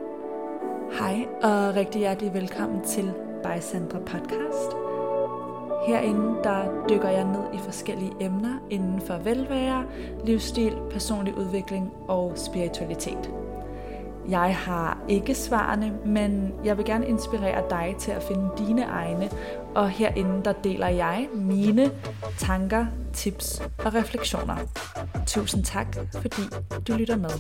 Hej og rigtig hjertelig velkommen til By Sandra Podcast. Herinde der dykker jeg ned i forskellige emner inden for velvære, livsstil, personlig udvikling og spiritualitet. Jeg har ikke svarene, men jeg vil gerne inspirere dig til at finde dine egne, og herinde der deler jeg mine tanker, tips og refleksioner. Tusind tak, fordi du lytter med.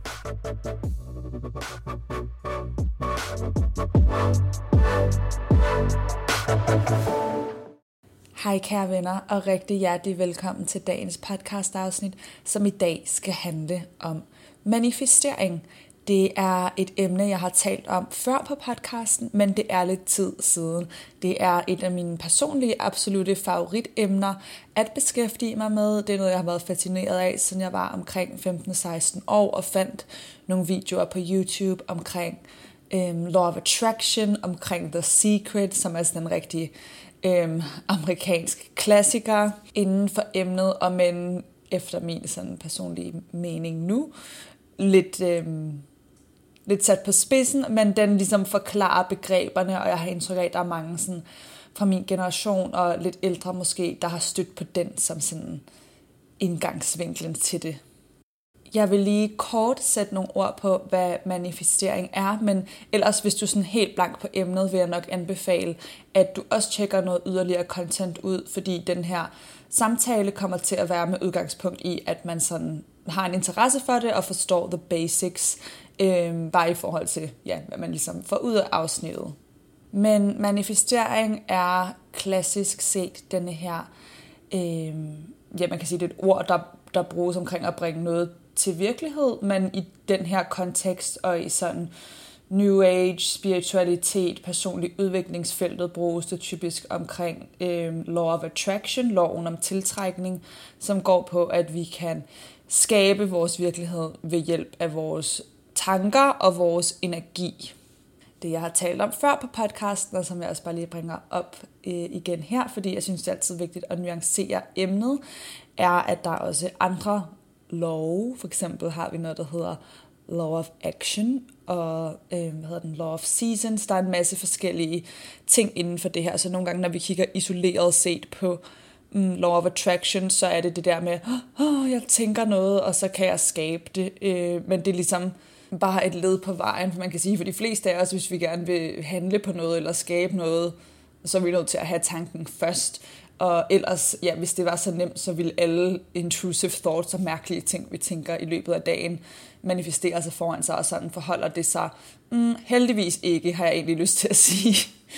Hej kære venner, og rigtig hjertelig velkommen til dagens podcast afsnit, som i dag skal handle om manifestering. Det er et emne, jeg har talt om før på podcasten, men det er lidt tid siden. Det er et af mine personlige, absolutte favoritemner at beskæftige mig med. Det er noget, jeg har været fascineret af, siden jeg var omkring 15-16 år og fandt nogle videoer på YouTube omkring Law of Attraction, omkring The Secret, som er sådan en rigtig amerikansk klassiker inden for emnet, og men efter min sådan personlige mening nu, lidt sat på spidsen, men den ligesom forklarer begreberne, og jeg har indtryk af, at der er mange sådan, fra min generation og lidt ældre måske, der har stødt på den som sådan indgangsvinklen til det. Jeg vil lige kort sætte nogle ord på, hvad manifestering er, men ellers hvis du er sådan helt blank på emnet, vil jeg nok anbefale, at du også tjekker noget yderligere content ud, fordi den her samtale kommer til at være med udgangspunkt i, at man sådan har en interesse for det og forstår the basics, bare i forhold til, hvad man ligesom får ud af afsnittet. Men manifestering er klassisk set denne her, man kan sige, det er et ord, der bruges omkring at bringe noget til virkelighed, men i den her kontekst og i sådan New Age, spiritualitet, personlig udviklingsfeltet bruges det typisk omkring Law of Attraction, loven om tiltrækning, som går på, at vi kan skabe vores virkelighed ved hjælp af vores tanker og vores energi. Det jeg har talt om før på podcasten, og som jeg også bare lige bringer op igen her, fordi jeg synes det er altid vigtigt at nuancere emnet, er at der er også andre love. For eksempel har vi noget, der hedder Law of Action og Law of Seasons. Der er en masse forskellige ting inden for det her, så nogle gange når vi kigger isoleret set på Law of Attraction, så er det der med, jeg tænker noget, og så kan jeg skabe det. Men det er ligesom bare et led på vejen, for man kan sige, for de fleste af os, hvis vi gerne vil handle på noget eller skabe noget, så er vi nødt til at have tanken først. Og ellers, hvis det var så nemt, så ville alle intrusive thoughts og mærkelige ting, vi tænker i løbet af dagen, manifestere sig foran sig, og sådan forholder det sig heldigvis ikke, har jeg egentlig lyst til at sige.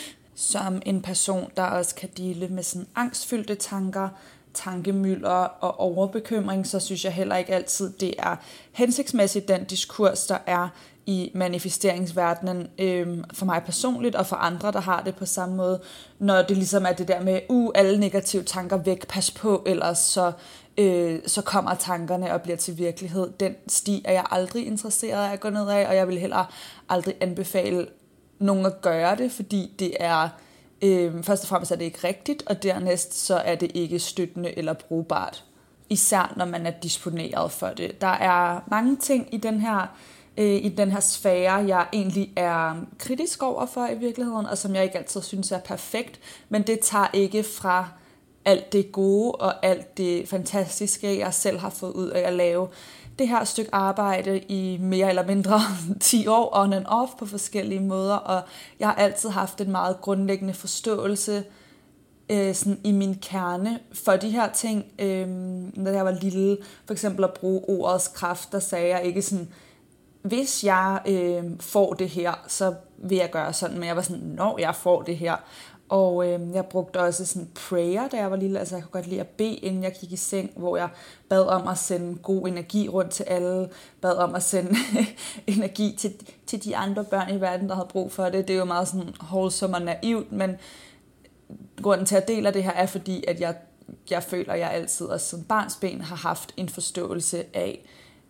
Som en person, der også kan dele med sådan angstfyldte tanker, tankemylder og overbekymring, så synes jeg heller ikke altid, det er hensigtsmæssigt den diskurs, der er i manifesteringsverdenen for mig personligt, og for andre, der har det på samme måde, når det ligesom er det der med, alle negative tanker væk, pas på, ellers så kommer tankerne og bliver til virkelighed. Den sti er jeg aldrig interesseret af at gå ned af, og jeg vil heller aldrig anbefale nogen at gøre det, fordi det er først og fremmest er det ikke rigtigt, og dernæst så er det ikke støttende eller brugbart. Især når man er disponeret for det. Der er mange ting i den her sfære, jeg egentlig er kritisk over for i virkeligheden, og som jeg ikke altid synes er perfekt, men det tager ikke fra alt det gode og alt det fantastiske, jeg selv har fået ud af at lave det her stykke arbejde i mere eller mindre 10 år on and off på forskellige måder, og jeg har altid haft en meget grundlæggende forståelse sådan i min kerne for de her ting. Når jeg var lille, for eksempel at bruge ordets kraft, der sagde jeg ikke sådan, hvis jeg får det her, så vil jeg gøre sådan, men jeg var sådan, når jeg får det her. Og jeg brugte også sådan prayer, da jeg var lille. Altså jeg kunne godt lide at bede, inden jeg gik i seng, hvor jeg bad om at sende god energi rundt til alle. Bad om at sende energi til de andre børn i verden, der havde brug for det. Det er jo meget sådan wholesome og naivt, men grunden til at dele det her er, fordi at jeg føler, at jeg altid også som barnsben har haft en forståelse af,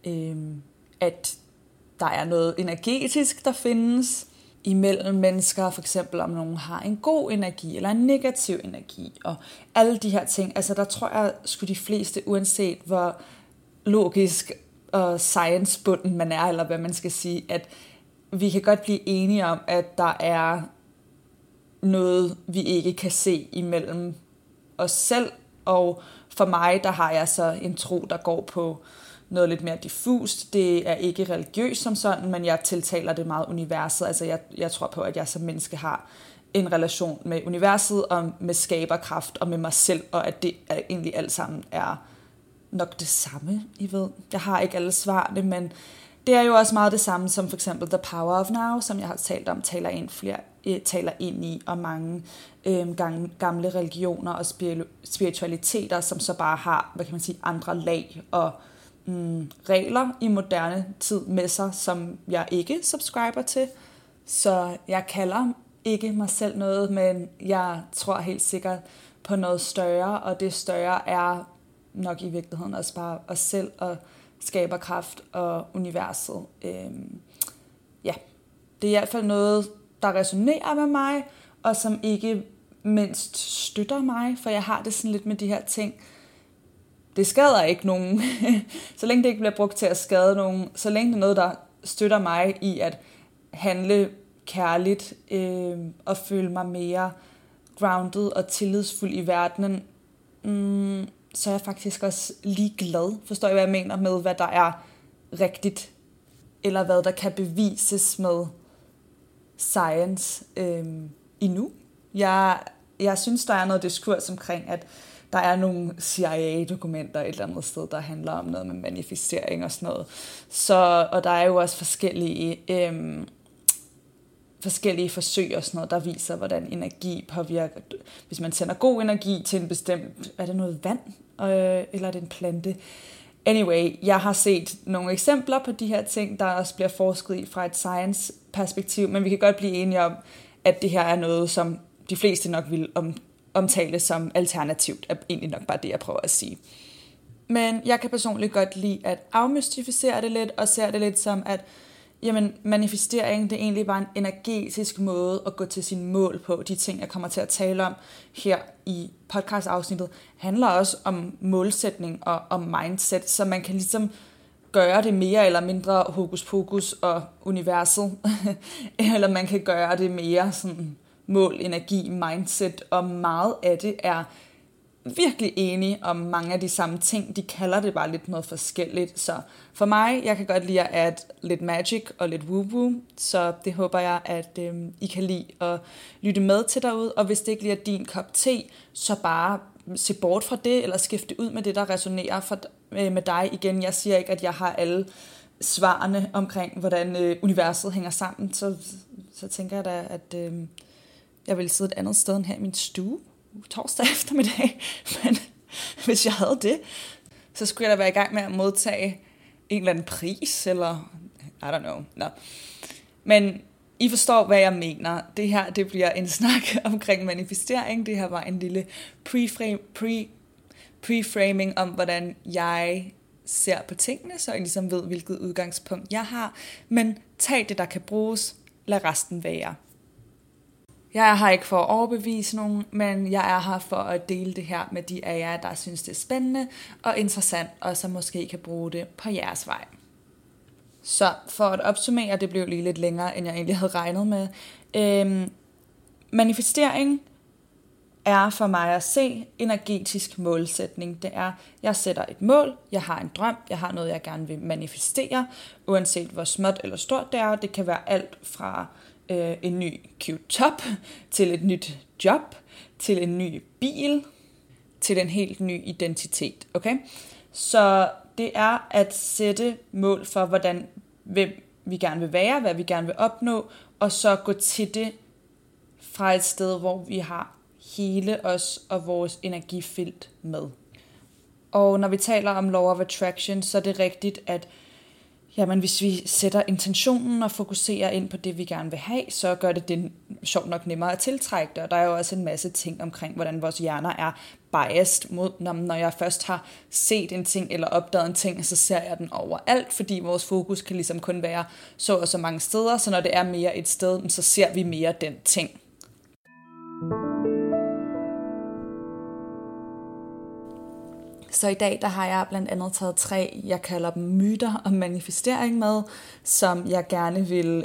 at der er noget energetisk, der findes imellem mennesker, for eksempel om nogen har en god energi eller en negativ energi, og alle de her ting. Altså der tror jeg sgu de fleste, uanset hvor logisk og science-bunden man er, eller hvad man skal sige, at vi kan godt blive enige om, at der er noget, vi ikke kan se imellem os selv, og for mig, der har jeg så en tro, der går på noget lidt mere diffust. Det er ikke religiøst som sådan, men jeg tiltaler det meget universet. Altså jeg tror på, at jeg som menneske har en relation med universet og med skaberkraft og med mig selv, og at det egentlig alt sammen er nok det samme, I ved. Jeg har ikke alle svarene, men det er jo også meget det samme som for eksempel The Power of Now, som jeg har talt om, taler ind i, og mange gamle religioner og spiritualiteter, som så bare har, hvad kan man sige, andre lag og regler i moderne tid med sig, som jeg ikke subscriber til. Så jeg kalder ikke mig selv noget, men jeg tror helt sikkert på noget større, og det større er nok i virkeligheden også bare os selv og skaberkraft og universet. Ja, det er i hvert fald noget, der resonerer med mig, og som ikke mindst støtter mig, for jeg har det sådan lidt med de her ting. Det skader ikke nogen, så længe det ikke bliver brugt til at skade nogen, så længe det er noget, der støtter mig i at handle kærligt og føle mig mere grounded og tillidsfuld i verdenen, så er jeg faktisk også ligeglad. Forstår I, hvad jeg mener med, hvad der er rigtigt, eller hvad der kan bevises med science endnu. Jeg synes, der er noget diskurs omkring, at der er nogle CIA-dokumenter et eller andet sted, der handler om noget med manifestering og sådan noget. Og der er jo også forskellige forsøg og sådan noget, der viser, hvordan energi påvirker. Hvis man sender god energi til en bestemt, er det noget vand, eller er det en plante? Anyway, jeg har set nogle eksempler på de her ting, der også bliver forsket i fra et science-perspektiv, men vi kan godt blive enige om, at det her er noget, som de fleste nok vil omtale som alternativt, er egentlig nok bare det, jeg prøver at sige. Men jeg kan personligt godt lide at afmystificere det lidt, og ser det lidt som, at jamen, manifestering, det er egentlig bare en energetisk måde at gå til sine mål på. De ting, jeg kommer til at tale om her i podcast-afsnittet, handler også om målsætning og om mindset, så man kan ligesom gøre det mere eller mindre hokus pokus og universet, eller man kan gøre det mere sådan mål, energi, mindset, og meget af det er virkelig enige om mange af de samme ting. De kalder det bare lidt noget forskelligt. Så for mig, jeg kan godt lide at adde lidt magic og lidt woo-woo, så det håber jeg, at I kan lide at lytte med til derude. Og hvis det ikke lige er din kop te, så bare se bort fra det, eller skifte ud med det, der resonerer med dig. Igen, jeg siger ikke, at jeg har alle svarene omkring, hvordan universet hænger sammen. Så tænker jeg da, at jeg vil sidde et andet sted end her i min stue torsdag eftermiddag, men hvis jeg havde det, så skulle jeg da være i gang med at modtage en eller anden pris, eller I don't know. No. Men I forstår, hvad jeg mener. Det her, det bliver en snak omkring manifestering. Det her var en lille preframing om, hvordan jeg ser på tingene, så I ligesom ved, hvilket udgangspunkt jeg har. Men tag det, der kan bruges. Lad resten være. Jeg er her ikke for at overbevise nogen, men jeg er her for at dele det her med de af jer, der synes, det er spændende og interessant, og som måske kan bruge det på jeres vej. Så for at opsummere, det blev lige lidt længere, end jeg egentlig havde regnet med. Manifestering er for mig at se energetisk målsætning. Det er, jeg sætter et mål, jeg har en drøm, jeg har noget, jeg gerne vil manifestere, uanset hvor småt eller stort det er. Det kan være alt fra en ny cute top, til et nyt job, til en ny bil, til en helt ny identitet. Okay? Så det er at sætte mål for, hvordan vi gerne vil være, hvad vi gerne vil opnå, og så gå til det fra et sted, hvor vi har hele os og vores energifelt med. Og når vi taler om Law of Attraction, så er det rigtigt, at jamen, hvis vi sætter intentionen og fokuserer ind på det, vi gerne vil have, så gør det sjovt nok nemmere at tiltrække det. Og der er jo også en masse ting omkring, hvordan vores hjerner er biased mod, når jeg først har set en ting eller opdaget en ting, så ser jeg den overalt, fordi vores fokus kan ligesom kun være så og så mange steder, så når det er mere et sted, så ser vi mere den ting. Så i dag der har jeg blandt andet taget 3, jeg kalder dem myter om manifestering med, som jeg gerne vil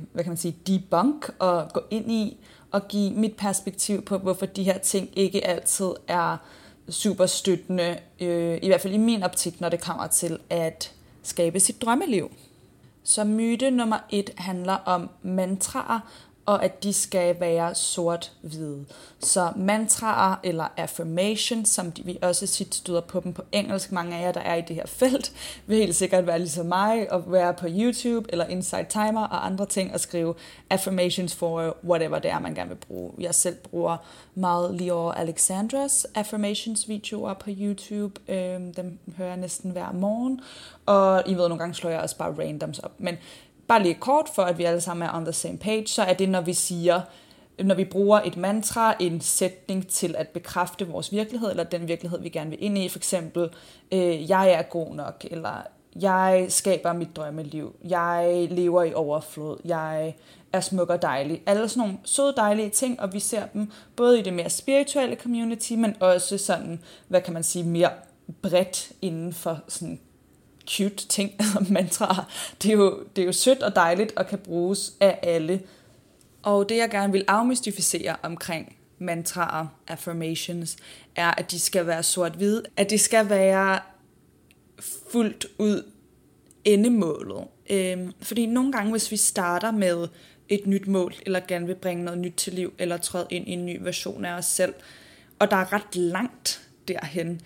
debunk og gå ind i og give mit perspektiv på, hvorfor de her ting ikke altid er super støttende, i hvert fald i min optik, når det kommer til at skabe sit drømmeliv. Så myte nummer 1 handler om mantraer, og at de skal være sort-hvide. Så mantraer eller affirmation, som vi også tit støder på dem på engelsk, mange af jer, der er i det her felt, vil helt sikkert være ligesom mig, og være på YouTube eller Inside Timer og andre ting, og skrive affirmations for whatever det er, man gerne vil bruge. Jeg selv bruger meget Lior Alexandras affirmations videoer på YouTube. Dem hører jeg næsten hver morgen, og I ved, nogle gange slår jeg også bare randoms op. Men bare lige kort, for at vi alle sammen er on the same page, så er det, når vi bruger et mantra, en sætning til at bekræfte vores virkelighed, eller den virkelighed, vi gerne vil ind i. For eksempel, jeg er god nok, eller jeg skaber mit drømmeliv, jeg lever i overflod, jeg er smuk og dejlig. Alle sådan nogle søde, dejlige ting, og vi ser dem både i det mere spirituelle community, men også sådan, mere bredt inden for sådan cute ting, altså mantraer. Det er jo sødt og dejligt og kan bruges af alle. Og det, jeg gerne vil afmystificere omkring mantraer, affirmations, er, at de skal være sort-hvide. At det skal være fuldt ud endemålet. Fordi nogle gange, hvis vi starter med et nyt mål, eller gerne vil bringe noget nyt til liv, eller træde ind i en ny version af os selv, og der er ret langt derhen,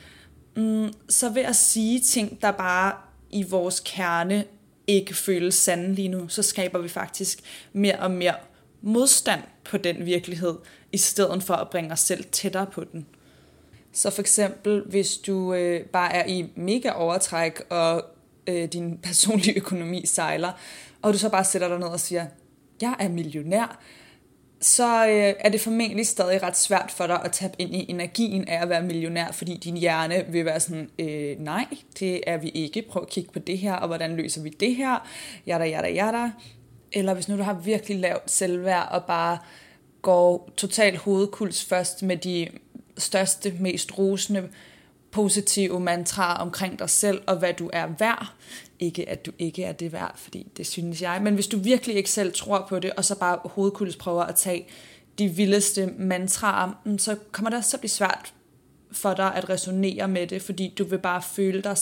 så ved at sige ting, der bare i vores kerne ikke føles sande lige nu, så skaber vi faktisk mere og mere modstand på den virkelighed, i stedet for at bringe os selv tættere på den. Så for eksempel, hvis du bare er i mega overtræk, og din personlige økonomi sejler, og du så bare sætter dig ned og siger, jeg er millionær, så er det formentlig stadig ret svært for dig at tabe ind i energien af at være millionær, fordi din hjerne vil være sådan, nej, det er vi ikke, prøv at kigge på det her, og hvordan løser vi det her, jada. Eller hvis nu du har virkelig lavt selvværd, og bare går totalt hovedkuls først med de største, mest rosende, positive mantraer omkring dig selv, og hvad du er værd. Ikke at du ikke er det værd, fordi det synes jeg. Men hvis du virkelig ikke selv tror på det, og så bare hovedkuls prøver at tage de vildeste mantraer, så kommer det også til at blive svært for dig at resonere med det, fordi du vil bare føle dig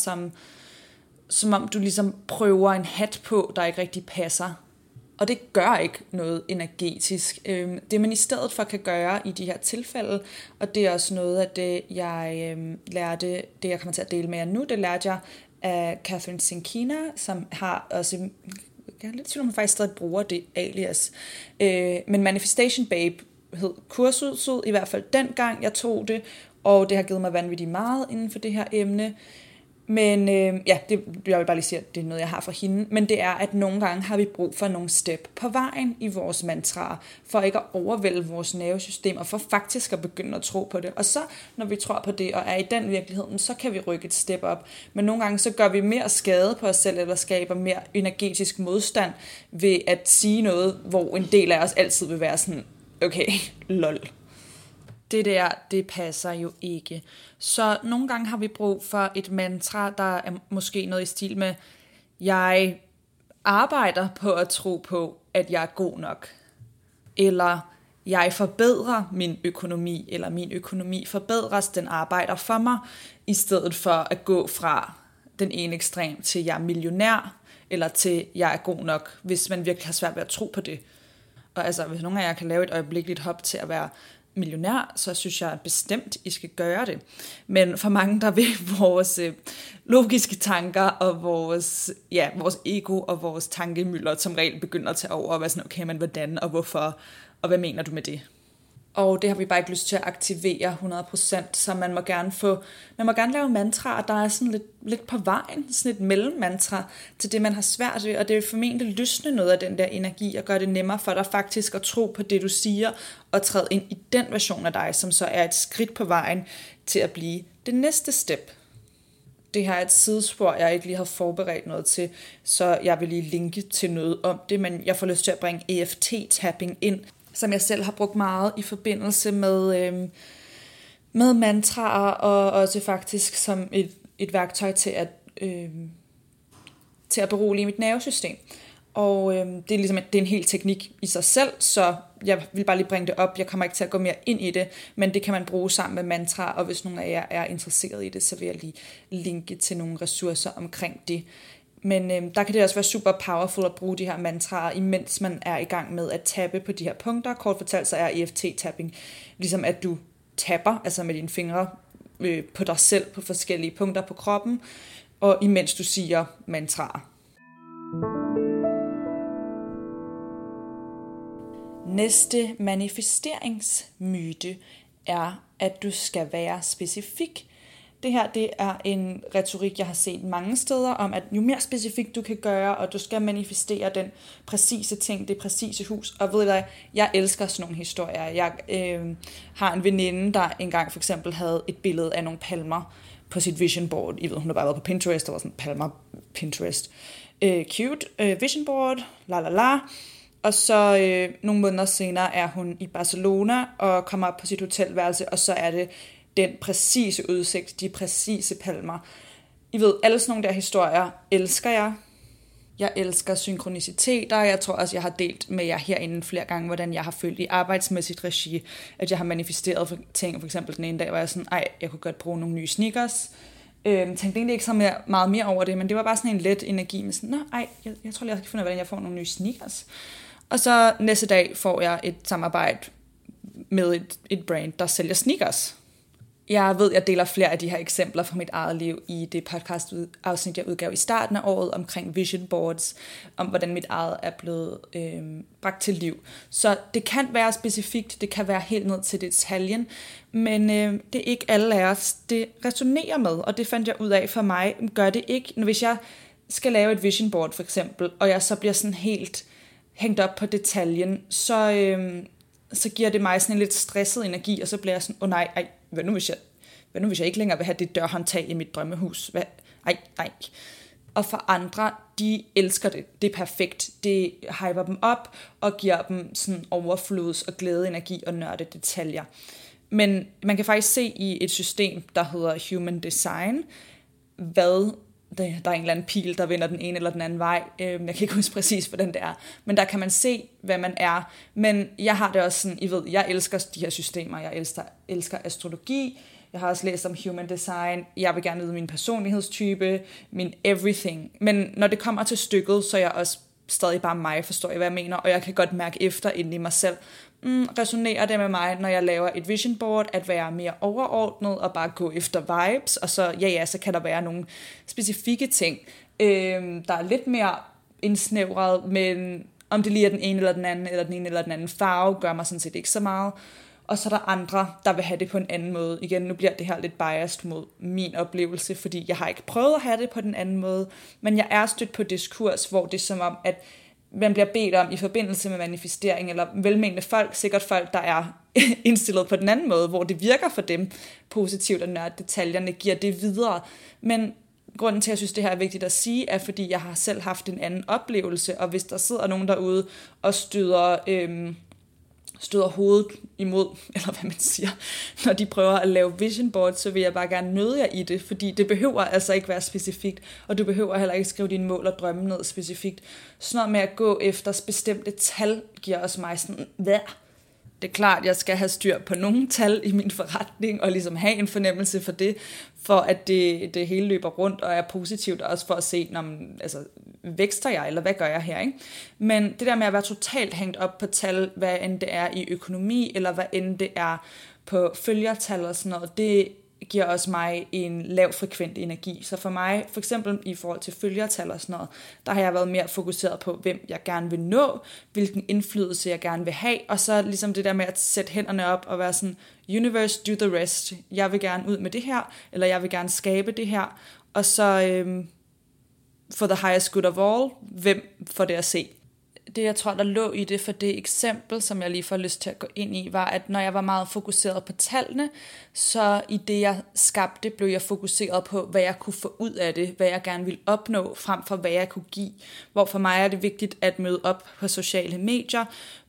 som om du ligesom prøver en hat på, der ikke rigtig passer. Og det gør ikke noget energetisk. Det man i stedet for kan gøre i de her tilfælde, og det er også noget af det, jeg lærte, det jeg kommer til at dele med jer nu, det lærte jeg af Catherine Sinkina, som har også, jeg er lidt tvivl om, hun faktisk stadig bruger det alias, men Manifestation Babe hed kurset, i hvert fald dengang jeg tog det, og det har givet mig vanvittigt meget inden for det her emne. Men jeg vil bare lige sige, at det er noget, jeg har fra hende. Men det er, at nogle gange har vi brug for nogle step på vejen i vores mantraer, for ikke at overvælde vores nervesystem, og for faktisk at begynde at tro på det. Og så, når vi tror på det, og er i den virkelighed, så kan vi rykke et step op. Men nogle gange, så gør vi mere skade på os selv, eller skaber mere energetisk modstand, ved at sige noget, hvor en del af os altid vil være sådan, okay, lol. Det passer jo ikke. Så nogle gange har vi brug for et mantra, der er måske noget i stil med, jeg arbejder på at tro på, at jeg er god nok. Eller jeg forbedrer min økonomi, eller min økonomi forbedres, den arbejder for mig, i stedet for at gå fra den ene ekstrem til jeg er millionær, eller til jeg er god nok, hvis man virkelig har svært ved at tro på det. Og altså, hvis nogen af jer kan lave et øjeblikkeligt hop til at være millionær, så synes jeg bestemt, I skal gøre det. Men for mange, der vil vores logiske tanker og vores ego og vores tankemylder som regel begynder at tage over og være sådan, okay, men hvordan og hvorfor, og hvad mener du med det? Og det har vi bare ikke lyst til at aktivere 100%, så man må gerne lave mantraer, der er sådan lidt på vejen, sådan et mellemmantra til det, man har svært ved, og det vil formentlig løsne noget af den der energi, og gøre det nemmere for dig faktisk at tro på det, du siger, og træde ind i den version af dig, som så er et skridt på vejen til at blive det næste step. Det her er et sidespor, jeg ikke lige har forberedt noget til, så jeg vil lige linke til noget om det, men jeg får lyst til at bringe EFT-tapping ind, som jeg selv har brugt meget i forbindelse med med mantraer, og også faktisk som et værktøj til at berolige mit nervesystem. Og det er ligesom det er en hel teknik i sig selv, så jeg vil bare lige bringe det op. Jeg kommer ikke til at gå mere ind i det, men det kan man bruge sammen med mantraer, og hvis nogen af jer er interesseret i det, så vil jeg lige linke til nogle ressourcer omkring det. Men der kan det også være super powerful at bruge de her mantraer, imens man er i gang med at tappe på de her punkter. Kort fortalt så er EFT-tapping ligesom at du tapper, altså med dine fingre på dig selv på forskellige punkter på kroppen, og imens du siger mantraer. Næste manifesteringsmyte er, at du skal være specifik. Det her, det er en retorik, jeg har set mange steder, om at jo mere specifikt du kan gøre, og du skal manifestere den præcise ting, det præcise hus. Og ved du, jeg elsker sådan nogle historier. Jeg har en veninde, der engang for eksempel havde et billede af nogle palmer på sit vision board. I ved, hun har bare været på Pinterest, der var sådan palmer Pinterest. Cute vision board, la. Og så nogle måneder senere er hun i Barcelona og kommer op på sit hotelværelse, og så er det den præcise udsigt, de præcise palmer. I ved, alle sådan nogle der historier elsker jeg. Jeg elsker synkroniciteter. Jeg tror også, jeg har delt med jer herinde flere gange, hvordan jeg har følt i arbejdsmæssigt regi, at jeg har manifesteret ting. For eksempel den ene dag var jeg sådan, jeg kunne godt bruge nogle nye sneakers. Tænkte egentlig ikke så meget mere over det, men det var bare sådan en let energi med sådan, jeg tror lige, jeg skal finde ud af, hvordan jeg får nogle nye sneakers. Og så næste dag får jeg et samarbejde med et brand, der sælger sneakers. Jeg ved, jeg deler flere af de her eksempler fra mit eget liv i det podcast-afsnit, jeg udgav i starten af året omkring vision boards, om hvordan mit eget er blevet bragt til liv. Så det kan være specifikt, det kan være helt ned til detaljen, men det er ikke alle af os, det resonerer med, og det fandt jeg ud af for mig. Gør det ikke, hvis jeg skal lave et vision board for eksempel, og jeg så bliver sådan helt hængt op på detaljen, så giver det mig sådan en lidt stresset energi, og så bliver jeg sådan, hvad nu hvis jeg ikke længere vil have det dørhåndtag i mit drømmehus? Og for andre, de elsker det. Det er perfekt. Det hyper dem op og giver dem sådan overflods- og glædeenergi og nørde detaljer. Men man kan faktisk se i et system, der hedder Human Design, der er en eller anden pil, der vender den ene eller den anden vej. Jeg kan ikke huske præcis, hvordan det er. Men der kan man se, hvad man er. Men jeg har det også sådan, jeg elsker de her systemer. Jeg elsker astrologi. Jeg har også læst om Human Design. Jeg vil gerne vide min personlighedstype, min everything. Men når det kommer til stykket, så er jeg også stadig bare mig, forstår jeg, hvad jeg mener. Og jeg kan godt mærke efter inde i mig selv, resonerer det med mig, når jeg laver et vision board, at være mere overordnet og bare gå efter vibes, og så, så kan der være nogle specifikke ting, der er lidt mere indsnævret, men om det lige er den ene eller den anden, eller den ene eller den anden farve, gør mig sådan set ikke så meget. Og så er der andre, der vil have det på en anden måde. Igen, nu bliver det her lidt biased mod min oplevelse, fordi jeg har ikke prøvet at have det på den anden måde, men jeg er stødt på diskurs, hvor det er som om, at man bliver bedt om i forbindelse med manifestering, eller velmenende folk, sikkert folk, der er indstillet på den anden måde, hvor det virker for dem positivt, og nørde detaljerne giver det videre. Men grunden til, at jeg synes, det her er vigtigt at sige, er, fordi jeg har selv haft en anden oplevelse, og hvis der sidder nogen derude og støder hovedet imod, eller hvad man siger, når de prøver at lave vision board, så vil jeg bare gerne nøde jer i det, fordi det behøver altså ikke være specifikt, og du behøver heller ikke skrive dine mål og drømme ned specifikt. Sådan noget med at gå efter bestemte tal giver også mig sådan, hvad? Det er klart, at jeg skal have styr på nogle tal i min forretning, og ligesom have en fornemmelse for det, for at det hele løber rundt og er positivt, og også for at se, vækster jeg, eller hvad gør jeg her, ikke? Men det der med at være totalt hængt op på tal, hvad end det er i økonomi, eller hvad end det er på følgertal og sådan noget, det giver også mig en lav frekvent energi. Så for mig, for eksempel i forhold til følgertal og sådan noget, der har jeg været mere fokuseret på, hvem jeg gerne vil nå, hvilken indflydelse jeg gerne vil have, og så ligesom det der med at sætte hænderne op og være sådan, universe, do the rest. Jeg vil gerne ud med det her, eller jeg vil gerne skabe det her, og så for the highest good of all, hvem får det at se. Det, jeg tror, der lå i det for det eksempel, som jeg lige får lyst til at gå ind i, var, at når jeg var meget fokuseret på tallene, så i det, jeg skabte, blev jeg fokuseret på, hvad jeg kunne få ud af det, hvad jeg gerne ville opnå, frem for hvad jeg kunne give. Hvor for mig er det vigtigt at møde op på sociale medier,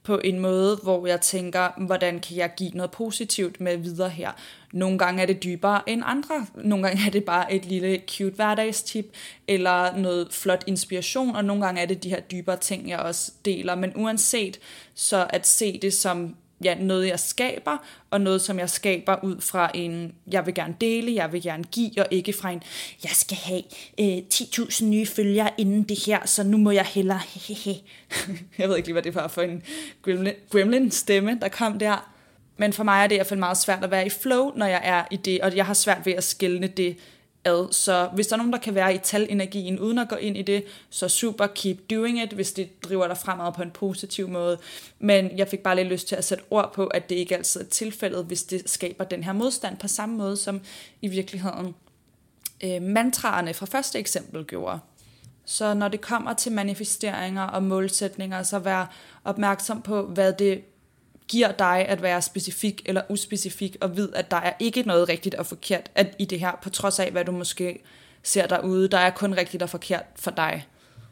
på en måde, hvor jeg tænker, hvordan kan jeg give noget positivt med videre her. Nogle gange er det dybere end andre. Nogle gange er det bare et lille cute hverdagstip, eller noget flot inspiration, og nogle gange er det de her dybere ting, jeg også deler. Men uanset, så at se det som noget, jeg skaber, og noget, som jeg skaber ud fra en, jeg vil gerne dele, jeg vil gerne give, og ikke fra en, jeg skal have 10.000 nye følgere inden det her, så nu må jeg hellere, Jeg ved ikke lige, hvad det var for en gremlin-stemme, der kom der. Men for mig er det i hvert fald meget svært at være i flow, når jeg er i det, og jeg har svært ved at skelne det ad. Så hvis der er nogen, der kan være i talenergien uden at gå ind i det, så super, keep doing it, hvis det driver dig fremad på en positiv måde. Men jeg fik bare lidt lyst til at sætte ord på, at det ikke altid er tilfældet, hvis det skaber den her modstand på samme måde, som i virkeligheden mantraerne fra første eksempel gjorde. Så når det kommer til manifesteringer og målsætninger, så vær opmærksom på, hvad det giver dig at være specifik eller uspecifik, og vid, at der er ikke noget rigtigt og forkert i det her, på trods af, hvad du måske ser derude. Der er kun rigtigt og forkert for dig.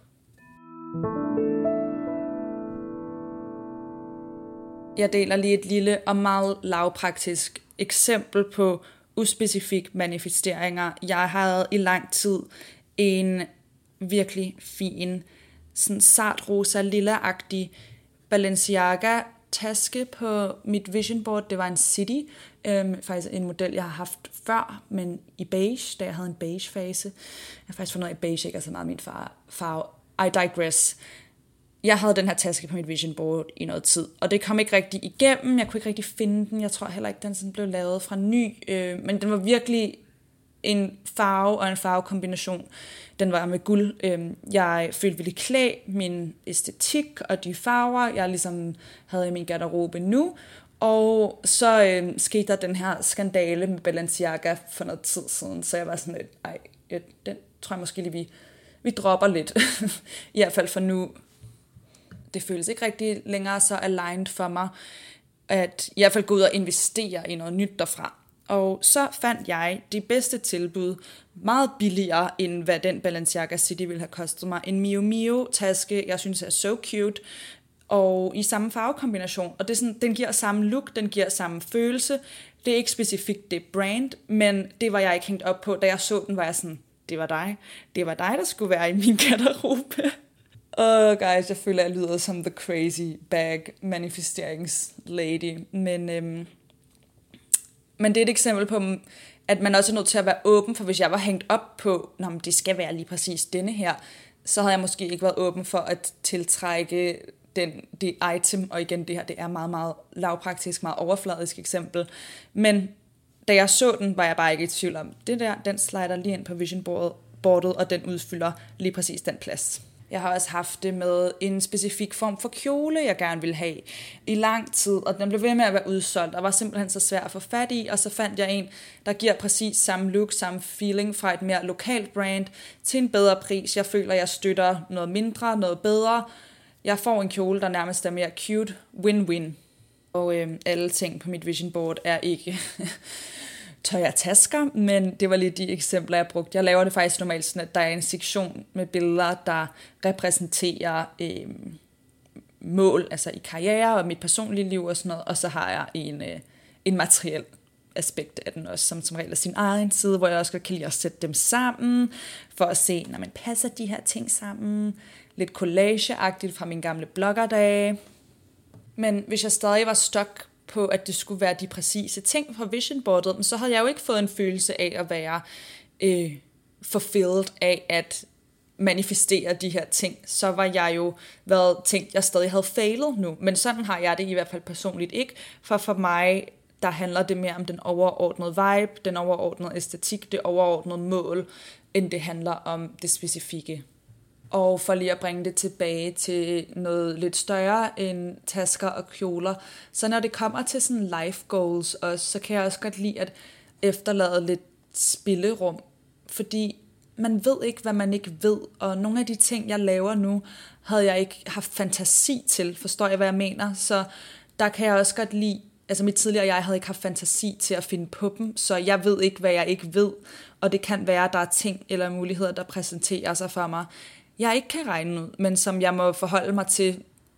Jeg deler lige et lille og meget lavpraktisk eksempel på uspecifik manifesteringer. Jeg havde i lang tid en virkelig fin, sådan sart rosa, lilla-agtig Balenciaga taske på mit vision board. Det var en City, faktisk en model, jeg har haft før, men i beige, da jeg havde en beige fase. Jeg har faktisk fundet ud af, at beige ikke er så meget min farve. I digress. Jeg havde den her taske på mit vision board i noget tid, og det kom ikke rigtig igennem. Jeg kunne ikke rigtig finde den. Jeg tror heller ikke, den sådan blev lavet fra ny, men den var virkelig en farve og en farvekombination. Den var med guld. Jeg følte virkelig klæd min æstetik og de farver, jeg ligesom havde i min garderobe nu. Og så skete der den her skandale med Balenciaga for noget tid siden, så jeg var sådan lidt, den tror jeg måske lige, vi dropper lidt. I hvert fald for nu. Det føles ikke rigtig længere så aligned for mig, at i hvert fald gå ud og investere i noget nyt derfra. Og så fandt jeg de bedste tilbud, meget billigere end hvad den Balenciaga City ville have kostet mig. En Miu Miu taske, jeg synes er so cute, og i samme farvekombination. Og det er sådan, den giver samme look, den giver samme følelse. Det er ikke specifikt det brand, men det var jeg ikke hængt op på. Da jeg så den, var jeg sådan, det var dig. Det var dig, der skulle være i min garderobe. Guys, jeg føler, jeg lyder som the crazy bag manifesteringslady. Men det er et eksempel på, at man også er nødt til at være åben, for hvis jeg var hængt op på, det skal være lige præcis denne her, så havde jeg måske ikke været åben for at tiltrække det item, og igen, det her, det er meget, meget lavpraktisk, meget overfladisk eksempel. Men da jeg så den, var jeg bare ikke i tvivl om, det der, den slider lige ind på vision boardet, og den udfylder lige præcis den plads. Jeg har også haft det med en specifik form for kjole, jeg gerne ville have i lang tid, og den blev ved med at være udsolgt, og var simpelthen så svær at få fat i, og så fandt jeg en, der giver præcis samme look, samme feeling fra et mere lokalt brand til en bedre pris. Jeg føler, jeg støtter noget mindre, noget bedre. Jeg får en kjole, der nærmest er mere cute. Win-win. Og alle ting på mit vision board er ikke tøj og tasker, men det var lidt de eksempler, jeg brugte. Jeg laver det faktisk normalt sådan, at der er en sektion med billeder, der repræsenterer mål, altså i karriere og mit personlige liv og sådan noget, og så har jeg en materiel aspekt af den også, som regel er sin egen side, hvor jeg også kan lide at sætte dem sammen, for at se, når man passer de her ting sammen, lidt collage-agtigt fra mine gamle bloggerdage. Men hvis jeg stadig var stuck på, at det skulle være de præcise ting fra visionboardet, så havde jeg jo ikke fået en følelse af at være fulfilled af at manifestere de her ting. Så var jeg jo tænkt, jeg stadig havde failet nu. Men sådan har jeg det i hvert fald personligt ikke. For mig, der handler det mere om den overordnede vibe, den overordnede æstetik, det overordnede mål, end det handler om det specifikke. Og for lige at bringe det tilbage til noget lidt større end tasker og kjoler, så når det kommer til sådan life goals også, så kan jeg også godt lide at efterlade lidt spillerum, fordi man ved ikke, hvad man ikke ved, og nogle af de ting, jeg laver nu, havde jeg ikke haft fantasi til, forstår jeg, hvad jeg mener, så der kan jeg også godt lide, altså mit tidligere jeg havde ikke haft fantasi til at finde på dem, så jeg ved ikke, hvad jeg ikke ved, og det kan være, at der er ting eller muligheder, der præsenterer sig for mig, jeg ikke kan regne ud, men som jeg må forholde mig til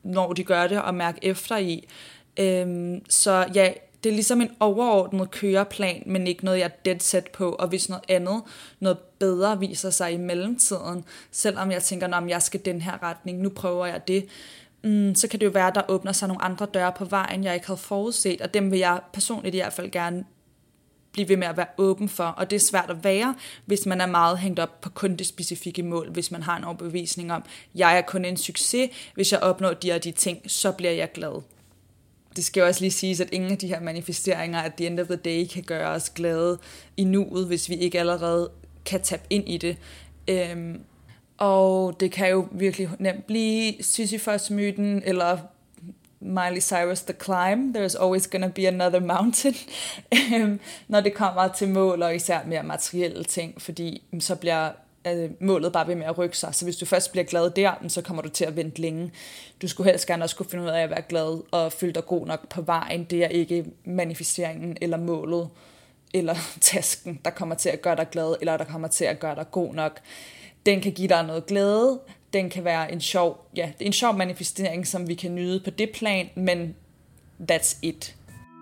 når de gør det, og mærke efter i. Så ja, det er ligesom en overordnet køreplan, men ikke noget, jeg er dead set på, og hvis noget andet, noget bedre viser sig i mellemtiden, selvom jeg tænker, om jeg skal den her retning, nu prøver jeg det, så kan det jo være, at der åbner sig nogle andre døre på vejen, jeg ikke havde forudset, og dem vil jeg personligt i hvert fald gerne blive ved med at være åben for, og det er svært at være, hvis man er meget hængt op på kun det specifikke mål, hvis man har en overbevisning om, jeg er kun en succes, hvis jeg opnår de og de ting, så bliver jeg glad. Det skal jo også lige siges, at ingen af de her manifesteringer at the end of the day kan gøre os glade i nuet, hvis vi ikke allerede kan tabe ind i det. Og det kan jo virkelig nemt blive Sisyphos-myten, eller Miley Cyrus The Climb, there's always gonna be another mountain, når det kommer til mål, og især mere materielle ting, fordi så bliver målet bare ved med at rykke sig. Så hvis du først bliver glad der, så kommer du til at vente længe. Du skulle helst gerne også kunne finde ud af at være glad og føle dig god nok på vejen. Det er ikke manifesteringen eller målet eller tasken, der kommer til at gøre dig glad, eller der kommer til at gøre dig god nok. Den kan give dig noget glæde. Den kan være det er en sjov manifestering, som vi kan nyde på det plan, men that's it.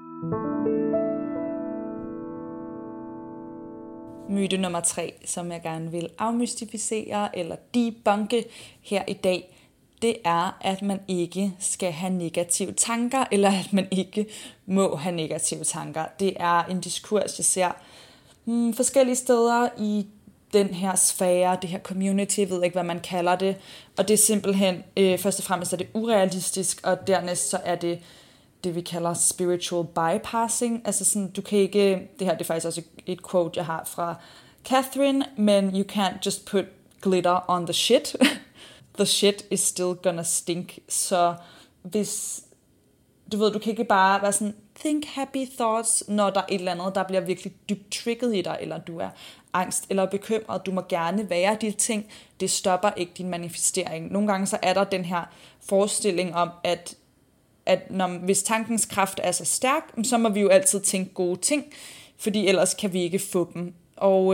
Myte nummer 3, som jeg gerne vil afmystificere eller debunke her i dag, det er, at man ikke skal have negative tanker, eller at man ikke må have negative tanker. Det er en diskurs, jeg ser forskellige steder i den her sfære, det her community, jeg ved ikke, hvad man kalder det, og det er simpelthen, først og fremmest er det urealistisk, og dernæst så er det vi kalder spiritual bypassing, altså sådan, du kan ikke, det her det er faktisk også et quote, jeg har fra Catherine, men you can't just put glitter on the shit, the shit is still gonna stink, så hvis, du kan ikke bare være sådan, think happy thoughts, når der er et eller andet, der bliver virkelig dybt trigget i dig, eller du er angst eller bekymret, du må gerne være de ting, det stopper ikke din manifestering. Nogle gange så er der den her forestilling om, at hvis tankens kraft er så stærk, så må vi jo altid tænke gode ting, fordi ellers kan vi ikke få dem. Og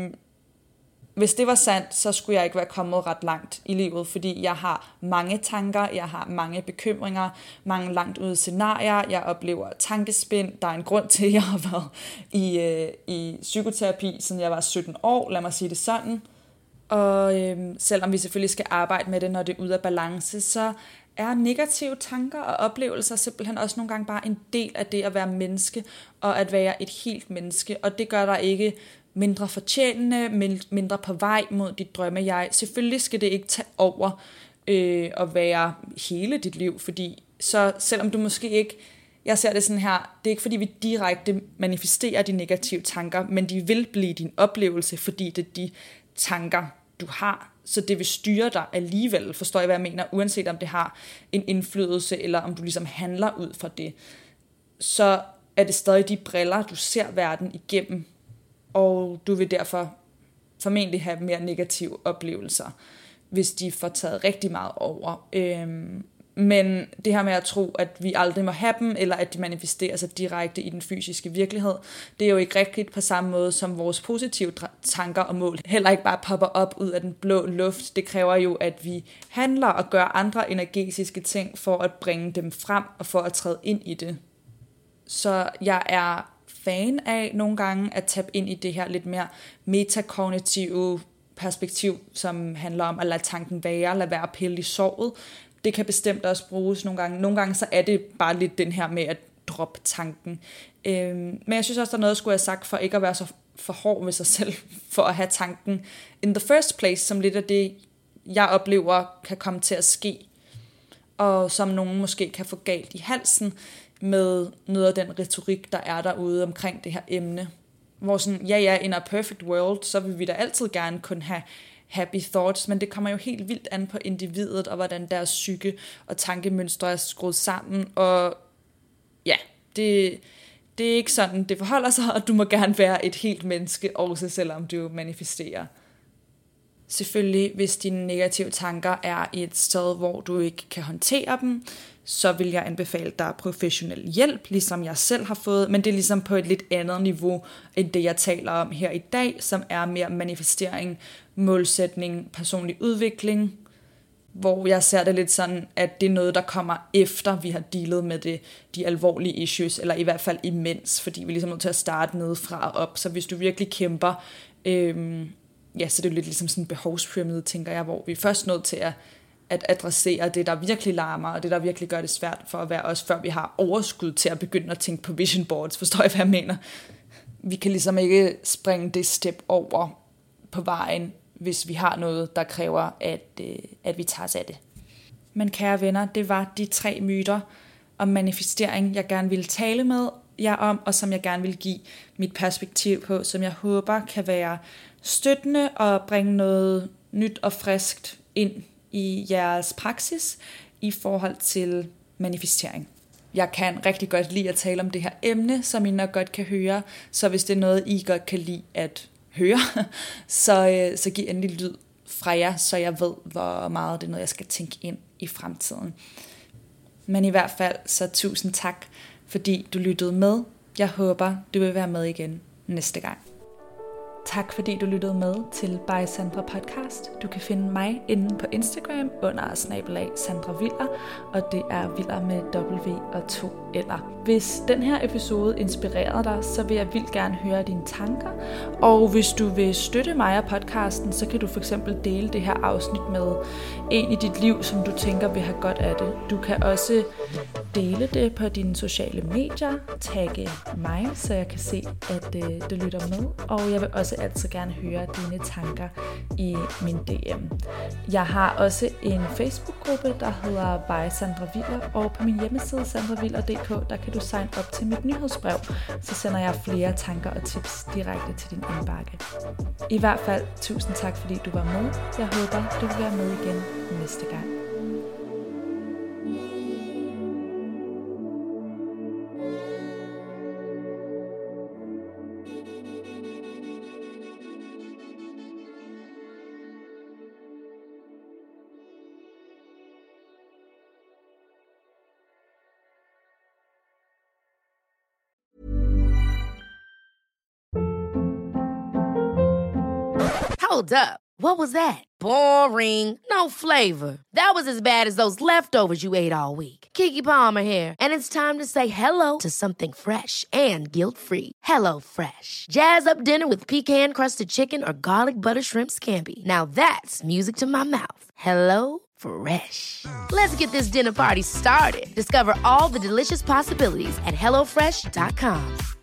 hvis det var sandt, så skulle jeg ikke være kommet ret langt i livet, fordi jeg har mange tanker, jeg har mange bekymringer, mange langt ude scenarier, jeg oplever tankespind, der er en grund til, at jeg har været i psykoterapi, siden jeg var 17 år, lad mig sige det sådan. Og selvom vi selvfølgelig skal arbejde med det, når det er ude af balance, så er negative tanker og oplevelser simpelthen også nogle gange bare en del af det at være menneske, og at være et helt menneske, og det gør dig ikke mindre fortjænende, mindre på vej mod dit drømme-jeg. Selvfølgelig skal det ikke tage over og være hele dit liv, fordi så selvom du måske ikke, jeg ser det sådan her, det er ikke fordi vi direkte manifesterer de negative tanker, men de vil blive din oplevelse, fordi det er de tanker, du har, så det vil styre dig alligevel, forstår jeg, hvad jeg mener, uanset om det har en indflydelse, eller om du ligesom handler ud fra det, så er det stadig de briller, du ser verden igennem, og du vil derfor formentlig have mere negative oplevelser, hvis de får taget rigtig meget over. Men det her med at tro, at vi aldrig må have dem, eller at de manifesterer sig direkte i den fysiske virkelighed, det er jo ikke rigtigt på samme måde som vores positive tanker og mål. Heller ikke bare popper op ud af den blå luft. Det kræver jo, at vi handler og gør andre energetiske ting for at bringe dem frem og for at træde ind i det. Så jeg er fan af nogle gange at tabe ind i det her lidt mere metakognitive perspektiv, som handler om at lade tanken lade være at pille i såret. Det kan bestemt også bruges nogle gange. Nogle gange så er det bare lidt den her med at droppe tanken. Men jeg synes også, der er noget, jeg skulle have sagt, for ikke at være så for hård ved sig selv, for at have tanken in the first place, som lidt af det, jeg oplever, kan komme til at ske, og som nogen måske kan få galt i halsen med noget af den retorik, der er derude omkring det her emne. Hvor sådan, in a perfect world, så vil vi da altid gerne kunne have happy thoughts, men det kommer jo helt vildt an på individet, og hvordan deres psyke og tankemønstre er skruet sammen, og ja, det er ikke sådan, det forholder sig, og du må gerne være et helt menneske, også selvom du manifesterer. Selvfølgelig, hvis dine negative tanker er et sted, hvor du ikke kan håndtere dem, så vil jeg anbefale dig professionel hjælp, ligesom jeg selv har fået, men det er ligesom på et lidt andet niveau, end det jeg taler om her i dag, som er mere manifestering, målsætning, personlig udvikling. hvor jeg ser det lidt sådan, at det er noget, der kommer efter, vi har dealet med de alvorlige issues, eller i hvert fald imens, fordi vi er ligesom nødt til at starte nedefra og op. Så hvis du virkelig kæmper, så det er jo lidt ligesom sådan en behovspyramide, tænker jeg, hvor vi er først nødt til at adressere det, der virkelig larmer, og det, der virkelig gør det svært for at være os, før vi har overskud til at begynde at tænke på vision boards. Forstår jeg, hvad jeg mener? Vi kan ligesom ikke springe det step over på vejen, hvis vi har noget, der kræver, at vi tager os af det. Men kære venner, det var de 3 myter om manifestering, jeg gerne ville tale med jer om, og som jeg gerne vil give mit perspektiv på, som jeg håber kan være støttende og bringe noget nyt og friskt ind i jeres praksis i forhold til manifestering. Jeg kan rigtig godt lide at tale om det her emne, som I nok godt kan høre, så hvis det er noget, I godt kan lide at høre, så giv endelig lyd fra jer, så jeg ved, hvor meget det er noget, jeg skal tænke ind i fremtiden. Men i hvert fald, så tusind tak, fordi du lyttede med. Jeg håber, du vil være med igen næste gang. Tak fordi du lyttede med til By Sandra Podcast. Du kan finde mig inde på Instagram under @SandraViller, og det er Viller med W og 2 L'er. Hvis den her episode inspirerede dig, så vil jeg vildt gerne høre dine tanker. Og hvis du vil støtte mig og podcasten, så kan du for eksempel dele det her afsnit med en i dit liv, som du tænker vil have godt af det. Du kan også dele det på dine sociale medier, tagge mig, så jeg kan se, at du lytter med. Og jeg vil også altid gerne høre dine tanker i min DM. Jeg har også en Facebook-gruppe, der hedder By Sandra Viller, og på min hjemmeside sandraviller.dk, der kan du signe op til mit nyhedsbrev, så sender jeg flere tanker og tips direkte til din indbakke. I hvert fald, tusind tak fordi du var med. Jeg håber, du vil være med igen næste gang. Hold up. What was that? Boring. No flavor. That was as bad as those leftovers you ate all week. Keke Palmer here, and it's time to say hello to something fresh and guilt-free. Hello Fresh. Jazz up dinner with pecan-crusted chicken or garlic butter shrimp scampi. Now that's music to my mouth. Hello Fresh. Let's get this dinner party started. Discover all the delicious possibilities at HelloFresh.com.